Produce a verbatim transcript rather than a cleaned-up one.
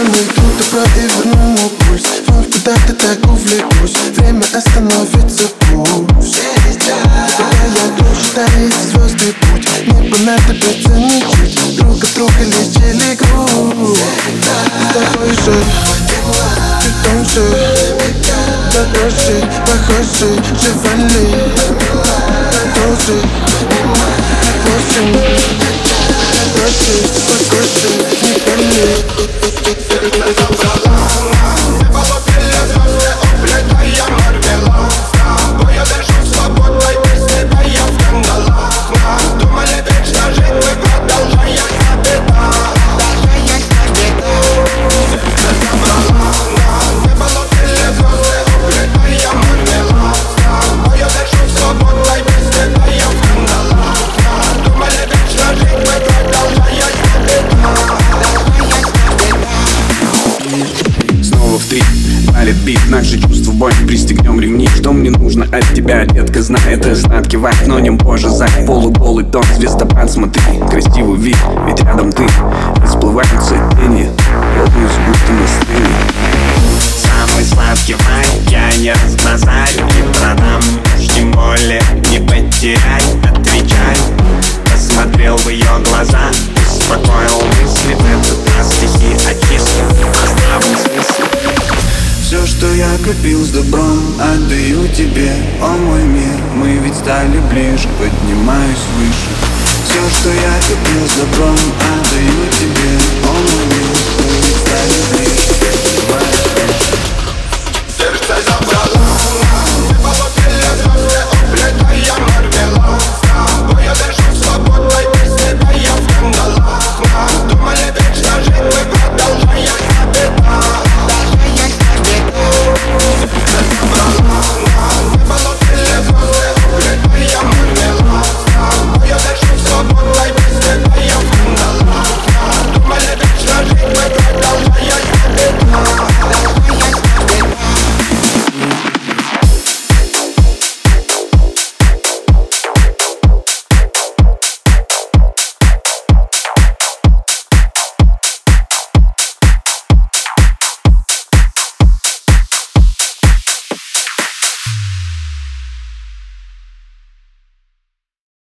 стороны, тут и проверну мой пульс. Вновь куда-то так увлекусь, время остановится пусть. Когда я глушу, тает звездный путь. Небо надо приценить чуть, друг от друга лечили грудь. С тобой же, чуть тоньше, дороже, похоже, живали. Тоже, восемь, проще, похоже, не болит. Палит бит, наши чувства в бой, пристегнем ремни. Что мне нужно от тебя, детка, знай это. Сладкий вайп, но не позже за полуголый тон, звездопад, смотри, красивый вид, ведь рядом ты. Расплываются тени, полную сгустку на сцене. Самый сладкий вайп, я не разбазарю, не продам, уж тем более не потеряй, отвечай. Посмотрел в ее глаза, успокоил мысли, в этот раз стихи окисли, о здравом смысле. Все, что я копил с добром, отдаю тебе, о мой мир. Мы ведь стали ближе, поднимаюсь выше. Все, что я копил с добром, отдаю тебе, о мой мир.